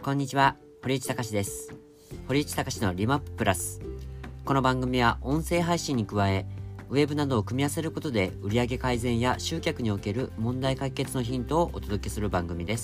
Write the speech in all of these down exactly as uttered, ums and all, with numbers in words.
こんにちは、堀内隆です。堀内隆のリマッププラス。この番組は音声配信に加え、ウェブなどを組み合わせることで売上改善や集客における問題解決のヒントをお届けする番組です。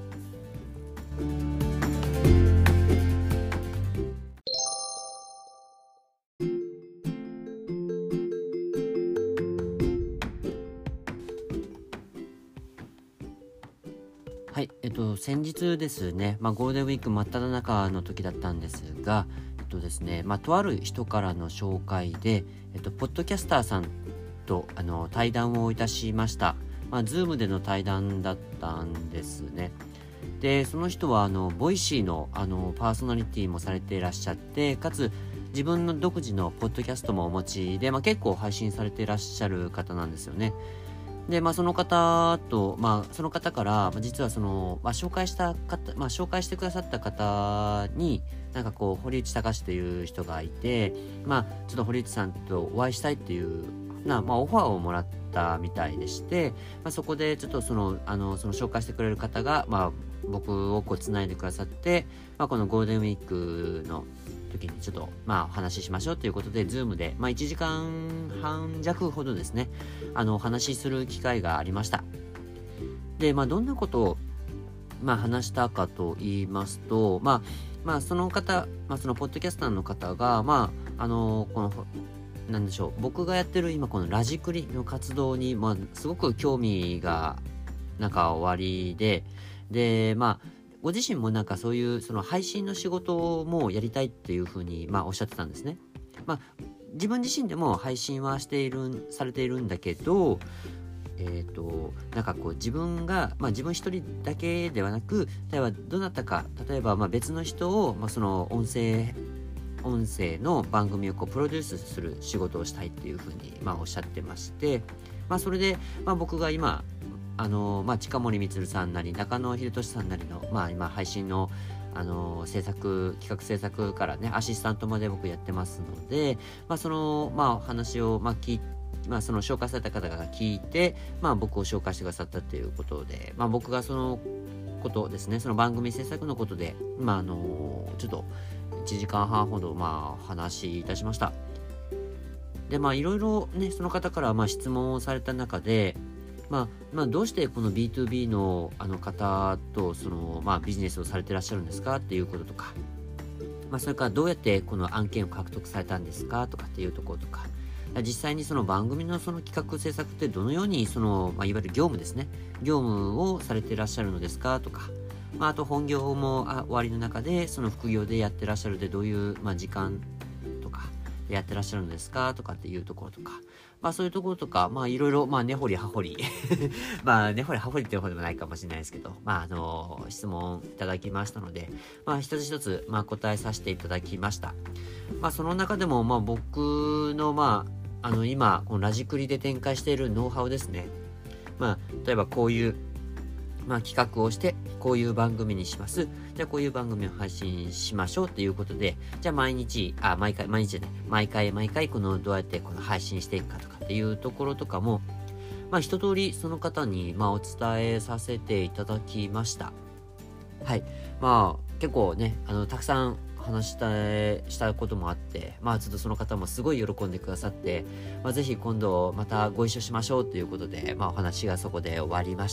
はい、えっと先日ですね、まあ、ゴールデンウィーク真っ只中の時だったんですが、えっとですね、まあ、とある人からの紹介で、えっと、ポッドキャスターさんとあの対談をいたしました。まあ、Zoom での対談だったんですね。で、その人はあのボイシーのあのパーソナリティもされていらっしゃって、かつ自分の独自のポッドキャストもお持ちで、まあ、結構配信されていらっしゃる方なんですよね。で、まあ、その方と、まあ、その方から、まあ、実はその、まあ、紹介した方、まあ、紹介してくださった方に、なんかこう、堀内隆という人がいて、まあ、ちょっと堀内さんとお会いしたいっていう、な、まあ、オファーをもらったみたいでして、まあ、そこでちょっとその、あの、その紹介してくれる方が、まあ、僕をこう、つないでくださって、まあ、このゴールデンウィークの時にちょっと、まあ、お話ししましょうということで、Zoom で、まあ、いちじかんはん弱ほどですね、あの、お話しする機会がありました。で、まあ、どんなことを、まあ、話したかと言いますと、まあ、まあ、その方、まあ、そのポッドキャスターの方が、まあ、あの、この、なんでしょう、僕がやってる今このラジクリの活動に、まあ、すごく興味が、なんか終わりで、で、まあ、ご自身もなんかそういうその配信の仕事もやりたいっていうふうに、まあ、おっしゃってたんですね。まあ、自分自身でも配信はしている、されているんだけど、えっと、なんかこう自分が、まあ自分一人だけではなく、例えばどなたか、例えばまあ別の人を、まあその音声、音声の番組をこうプロデュースする仕事をしたいっていうふうに、まあおっしゃってまして、まあそれで、まあ僕が今、あの、まあ近森光さんなり、中野秀俊さんなりの、まあ今配信の、あの制作企画制作からねアシスタントまで僕やってますので、まあそのまあ話をまあ聞いて、まあその紹介された方が聞いて、まあ僕を紹介してくださったということで、まあ僕がそのことですね、その番組制作のことで、まああのちょっといちじかんはんほどまあ話いたしました。で、まあいろいろねその方からまあ質問をされた中で。まあ、まあどうしてこの ビーツービー のあの方とその、まあ、ビジネスをされていらっしゃるんですかっていうこととか、まあ、それからどうやってこの案件を獲得されたんですかとかっていうところとか、実際にその番組のその企画制作ってどのようにその、まあ、いわゆる業務ですね、業務をされていらっしゃるのですかとか、まあ、あと本業もあ終わりの中でその副業でやってらっしゃるでどういう、まあ、時間とかやってらっしゃるんですかとかっていうところとか、まあそういうところとか、まあいろいろ、まあ根掘り葉掘りまあ根掘り葉掘りっていうほどでもないかもしれないですけど、まああの質問いただきましたので、まあ一つ一つ、まあ答えさせていただきました。まあその中でも、まあ僕の、まあ、あの今、このラジクリで展開しているノウハウですね。まあ例えばこういう、まあ企画をして、こういう番組にします。じゃあこういう番組を配信しましょうっていうことで、じゃあ毎日、あ、毎回、毎日じゃない、毎回毎回このどうやってこの配信していくかとかっていうところとかも、まあ一通りその方にまあお伝えさせていただきました。はい。まあ結構ね、あの、たくさん話した、したこともあって、まあちょっとその方もすごい喜んでくださって、まあぜひ今度またご一緒しましょうということで、まあお話がそこで終わりました。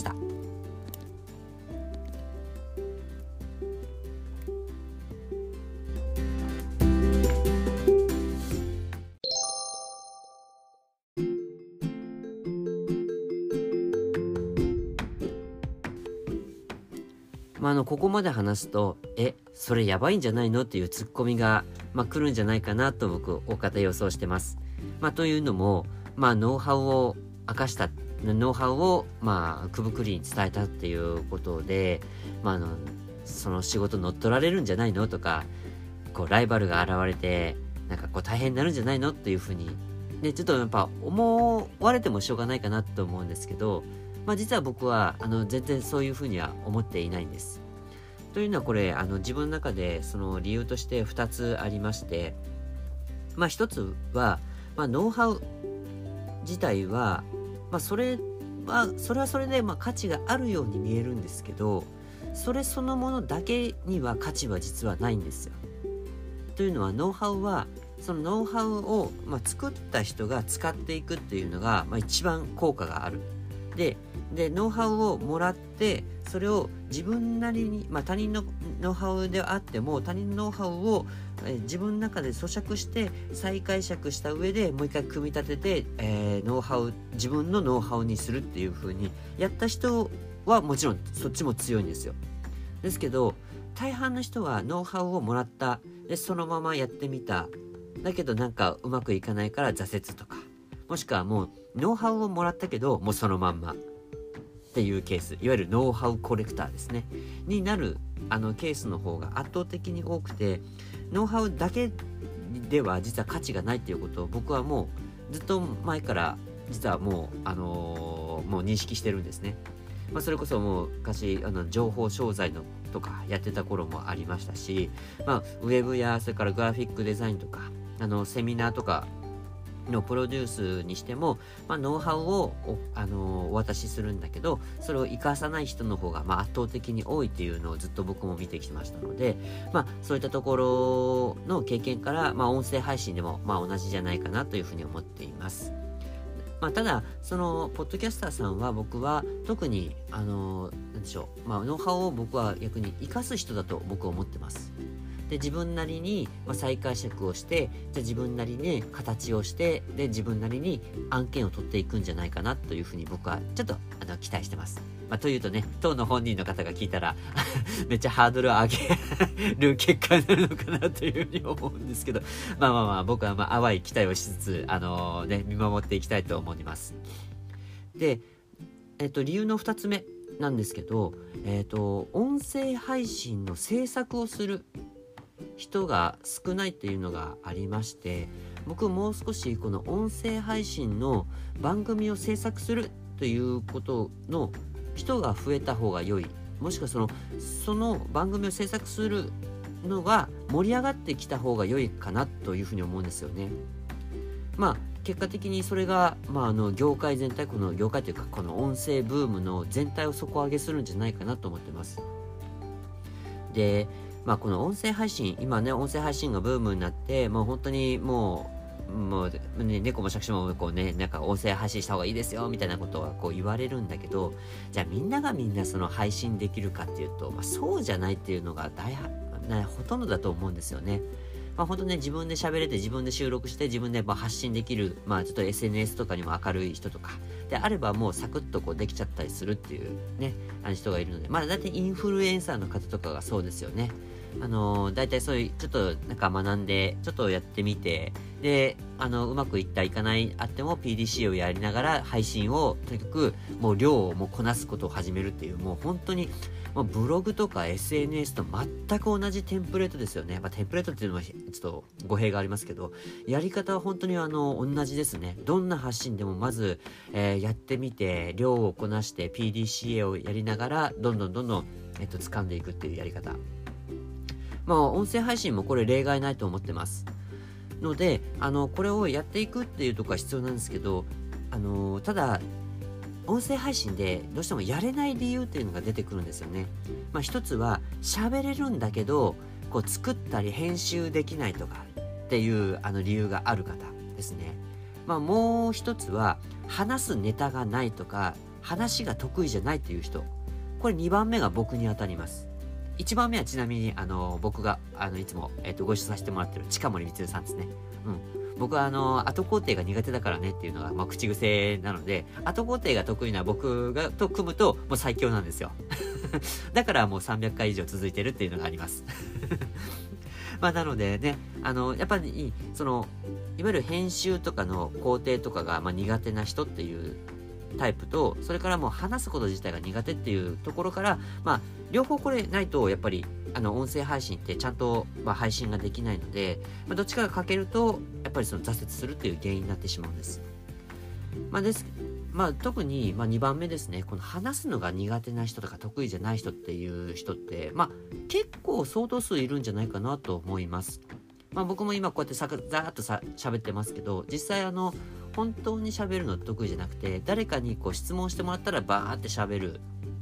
まあ、あのここまで話すとえそれやばいんじゃないのっていうツッコミが、まあ、来るんじゃないかなと僕大方予想してます。まあ、というのも、まあ、ノウハウを明かしたノウハウを、まあ、くぶくりに伝えたっていうことで、まあ、あのその仕事乗っ取られるんじゃないのとか、こうライバルが現れてなんかこう大変になるんじゃないのっていうふうに、ね、ちょっとやっぱ思われてもしょうがないかなと思うんですけど、まあ、実は僕はあの全然そういうふうには思っていないんです。というのはこれあの自分の中でその理由としてふたつありまして、まあひとつは、まあ、ノウハウ自体は、まあ、それはそれはそれでまあ価値があるように見えるんですけど、 それそのものだけには価値は実はないんですよ。というのはノウハウはそのノウハウを、まあ、作った人が使っていくっていうのが、まあ、一番効果がある。ででノウハウをもらってそれを自分なりに、まあ、他人のノウハウであっても他人のノウハウをえ自分の中で咀嚼して再解釈した上でもう一回組み立てて、えー、ノウハウ自分のノウハウにするっていう風にやった人はもちろんそっちも強いんですよ。ですけど大半の人はノウハウをもらったでそのままやってみただけどなんかうまくいかないから挫折とか、もしくはもうノウハウをもらったけどもうそのまんまっていうケース、いわゆるノウハウコレクターですねになるあのケースの方が圧倒的に多くて、ノウハウだけでは実は価値がないっていうことを僕はもうずっと前から実はもう、あのー、もう認識してるんですね。まあ、それこそもう昔あの情報商材のとかやってた頃もありましたし、まあ、ウェブやそれからグラフィックデザインとかあのセミナーとかのプロデュースにしても、まあ、ノウハウを お,、あのー、お渡しするんだけどそれを活かさない人の方が、まあ、圧倒的に多いっていうのをずっと僕も見てきましたので、まあ、そういったところの経験から、まあ、音声配信でも、まあ、同じじゃないかなというふうに思っています。まあ、ただそのポッドキャスターさんは僕は特にあのなんでしょう、まあ、ノウハウを僕は逆に生かす人だと僕は思ってます。で自分なりに、まあ、再解釈をしてじゃ自分なりに形をしてで自分なりに案件を取っていくんじゃないかなというふうに僕はちょっとあの期待してます。まあ、というとね当の本人の方が聞いたらめっちゃハードルを上げる結果になるのかなというふうに思うんですけど、まあまあまあ僕はまあ淡い期待をしつつあのー、ね見守っていきたいと思います。で、えっと理由のふたつめなんですけど、えっと音声配信の制作をする人が少ないっていうのがありまして、僕もう少しこの音声配信の番組を制作するということの人が増えた方が良い、もしくはそのその番組を制作するのが盛り上がってきた方が良いかなというふうに思うんですよね。まあ結果的にそれが、まあ、あの業界全体この業界というかこの音声ブームの全体を底上げするんじゃないかなと思ってます。でまあ、この音声配信今ね音声配信がブームになってもう本当にもうもう、ね、猫も杓子もこうねなんか音声配信した方がいいですよみたいなことはこう言われるんだけど、じゃあみんながみんなその配信できるかっていうと、まあ、そうじゃないっていうのが大は、ね、ほとんどだと思うんですよね。まあ、本当ね自分で喋れて自分で収録して自分でまあ発信できる、まあ、ちょっと エスエヌエス とかにも明るい人とかであればもうサクッとこうできちゃったりするっていうねあの人がいるので、まあだいたいインフルエンサーの方とかがそうですよね。あのだいたいそういうちょっとなんか学んでちょっとやってみてであのうまくいったいかないあっても ピーディーシー をやりながら配信をとにかくもう量をもうこなすことを始めるっていうもう本当にもうブログとか エスエヌエス と全く同じテンプレートですよね。まあ、テンプレートっていうのはちょっと語弊がありますけどやり方は本当にあの同じですね。どんな発信でもまず、えー、やってみて量をこなして ピーディーシーエー をやりながらどんどんどんどん、えっと、掴んでいくっていうやり方。まあ音声配信もこれ例外ないと思ってますのであのこれをやっていくっていうところは必要なんですけど、あのただ音声配信でどうしてもやれない理由っていうのが出てくるんですよね。まあ一つは喋れるんだけどこう作ったり編集できないとかっていうあの理由がある方ですね。まあもう一つは話すネタがないとか話が得意じゃないっていう人、これにばんめが僕に当たります。いちばんめはちなみにあの僕があのいつも、えー、とご一緒させてもらってる近森光さんですね。うん、僕はあの後工程が苦手だからねっていうのが、まあ、口癖なので後工程が得意な僕がと組むともう最強なんですよだからもうさんびゃっかい以上続いてるっていうのがありますまあなのでねあのやっぱりそのいわゆる編集とかの工程とかが、まあ、苦手な人っていうタイプとそれからもう話すこと自体が苦手っていうところからまあ両方これないとやっぱりあの音声配信ってちゃんと、まあ、配信ができないので、まあ、どっちかが欠けるとやっぱりその挫折するっていう原因になってしまうんです。まあですまあ特に、まあ、にばんめですね、この話すのが苦手な人とか得意じゃない人っていう人ってまあ結構相当数いるんじゃないかなと思います。まあ僕も今こうやってさざーっとさ喋ってますけど実際あの本当に喋るの得意じゃなくて誰かにこう質問してもらったらバーって喋る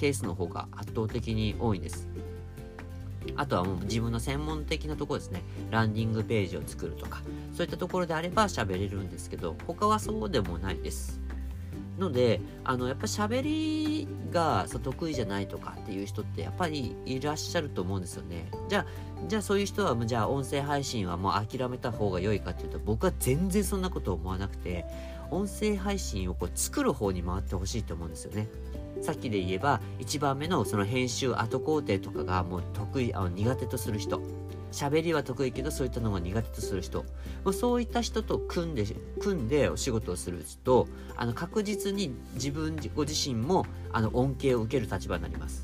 ケースの方が圧倒的に多いんです。あとはもう自分の専門的なところですね。ランディングページを作るとか、そういったところであれば喋れるんですけど、他はそうでもないです。ので、あの、やっぱ喋りがそう得意じゃないとかっていう人ってやっぱりいらっしゃると思うんですよね。じゃあ、じゃあそういう人は、じゃあ音声配信はもう諦めた方が良いかっていうと、僕は全然そんなこと思わなくて、音声配信をこう作る方に回ってほしいと思うんですよね。さっきで言えばいちばんめのその編集後工程とかがもう得意あの苦手とする人、喋りは得意けどそういったのが苦手とする人、もうそういった人と組んで組んでお仕事をすると、あの確実に自分ご自身もあの恩恵を受ける立場になります。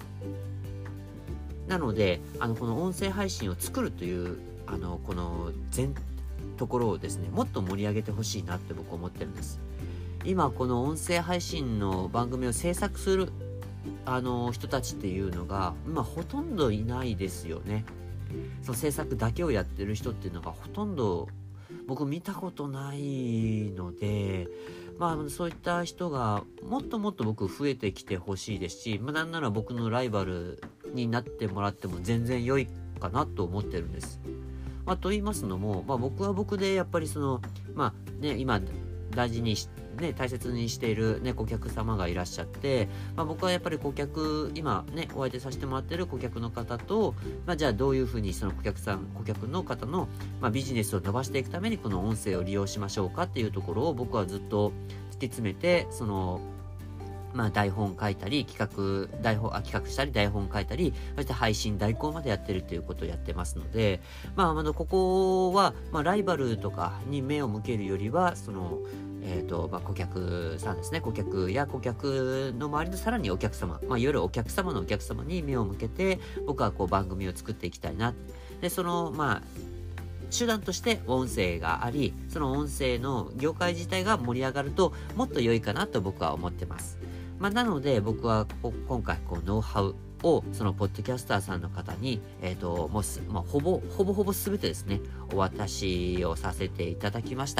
なので、あのこの音声配信を作るというあのこの全ところをですね、もっと盛り上げてほしいなって僕は思ってるんです。今この音声配信の番組を制作するあの人たちっていうのが今ほとんどいないですよね。その制作だけをやってる人っていうのがほとんど僕見たことないので、まあそういった人がもっともっと僕増えてきてほしいですし、まあなんなら僕のライバルになってもらっても全然良いかなと思ってるんです。まあと言いますのも、まあ僕は僕でやっぱりそのまあね今大事にしね、大切にしている、ね、顧客様がいらっしゃって、まあ、僕はやっぱり顧客今ねお相手させてもらっている顧客の方と、まあ、じゃあどういうふうにその顧客さん顧客の方の、まあ、ビジネスを伸ばしていくためにこの音声を利用しましょうかっていうところを僕はずっと突き詰めて、そのまあ台本書いたり企画台本あ企画したり台本書いたり、そして配信代行までやってるっていうことをやってますので、まああのここはまあライバルとかに目を向けるよりはそのえーとまあ、顧客さんですね、顧客や顧客の周りのさらにお客様、まあ、いわゆるお客様のお客様に目を向けて僕はこう番組を作っていきたいな。でそのまあ手段として音声があり、その音声の業界自体が盛り上がるともっと良いかなと僕は思ってます。まあ、なので僕はこ今回こうノウハウをそのポッドキャスターさんの方に、えーともうす、まあ、ほぼほぼほぼ全てですねお渡しをさせていただきました。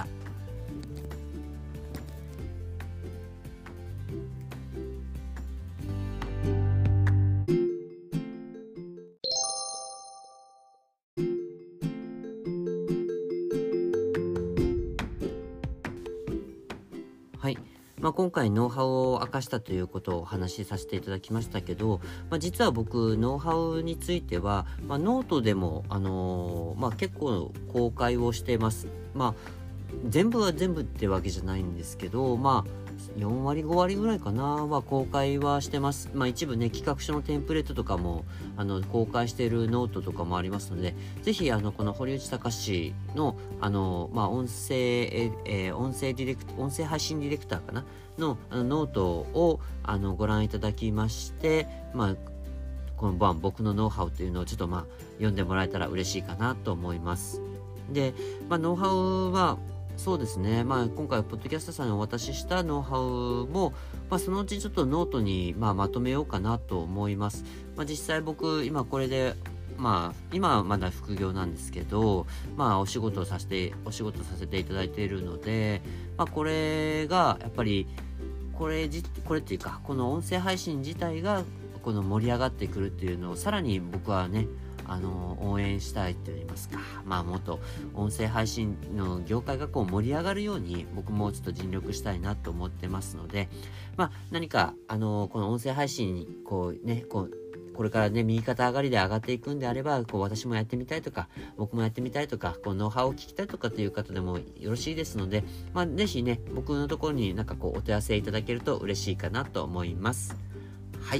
はい。まあ、今回ノウハウを明かしたということをお話しさせていただきましたけど、まあ、実は僕ノウハウについては、まあ、ノートでも、あのーまあ、結構公開をしています。まあ、全部は全部ってわけじゃないんですけど、まあよんわりごわりぐらいかなは公開はしてます。まあ一部ね企画書のテンプレートとかもあの公開しているノートとかもありますので、ぜひあのこの堀内隆のあのまあ音声えー、音声ディレクト音声配信ディレクターかなのあのノートをあのご覧いただきまして、まあこの晩僕のノウハウというのをちょっとまあ読んでもらえたら嬉しいかなと思います。で、まあノウハウはそうですね、まあ、今回ポッドキャストさんにお渡ししたノウハウも、まあ、そのうちちょっとノートに、まあ、まとめようかなと思います。まあ、実際僕今これでまあ今はまだ副業なんですけど、まあお仕事をさせてお仕事させていただいているので、まあこれがやっぱりこれじこれっていうかこの音声配信自体がこの盛り上がってくるっていうのをさらに僕はねあの応援したいと言いますか、まあもっと音声配信の業界がこう盛り上がるように僕もちょっと尽力したいなと思ってますので、まあ何かあのこの音声配信にこうねこうこれからね右肩上がりで上がっていくんであればこう私もやってみたいとか僕もやってみたいとかこうノウハウを聞きたいとかという方でもよろしいですので、まあぜひね僕のところになんかこうお問い合わせいただけると嬉しいかなと思います。はい。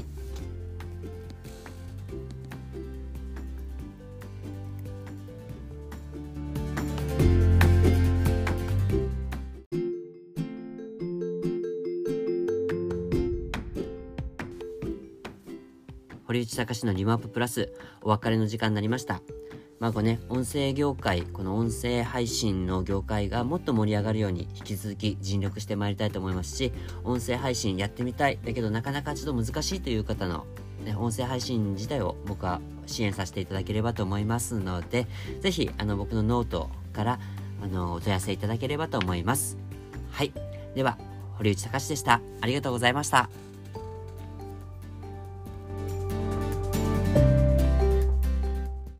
堀内隆のリモアッププラスお別れの時間になりました。まあこうね、音声業界、この音声配信の業界がもっと盛り上がるように引き続き尽力してまいりたいと思いますし、音声配信やってみたいだけどなかなかちょっと難しいという方の、ね、音声配信自体を僕は支援させていただければと思いますので、ぜひあの僕のノートからあのお問い合わせいただければと思います。はい。では堀内隆でした。ありがとうございました。